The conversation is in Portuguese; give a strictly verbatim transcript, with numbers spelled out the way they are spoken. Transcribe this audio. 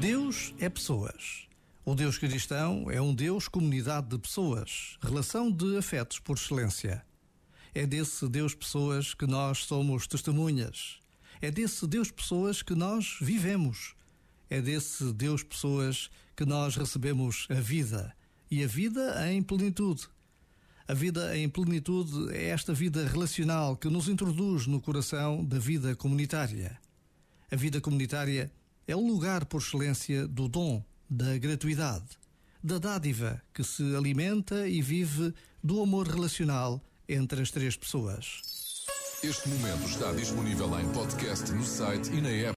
Deus é pessoas. O Deus cristão é um Deus comunidade de pessoas, relação de afetos por excelência. É desse Deus pessoas que nós somos testemunhas. É desse Deus pessoas que nós vivemos. É desse Deus pessoas que nós recebemos a vida, e a vida em plenitude. A vida em plenitude é esta vida relacional que nos introduz no coração da vida comunitária. A vida comunitária é o lugar por excelência do dom, da gratuidade, da dádiva que se alimenta e vive do amor relacional entre as três pessoas. Este momento está disponível em podcast no site e na app.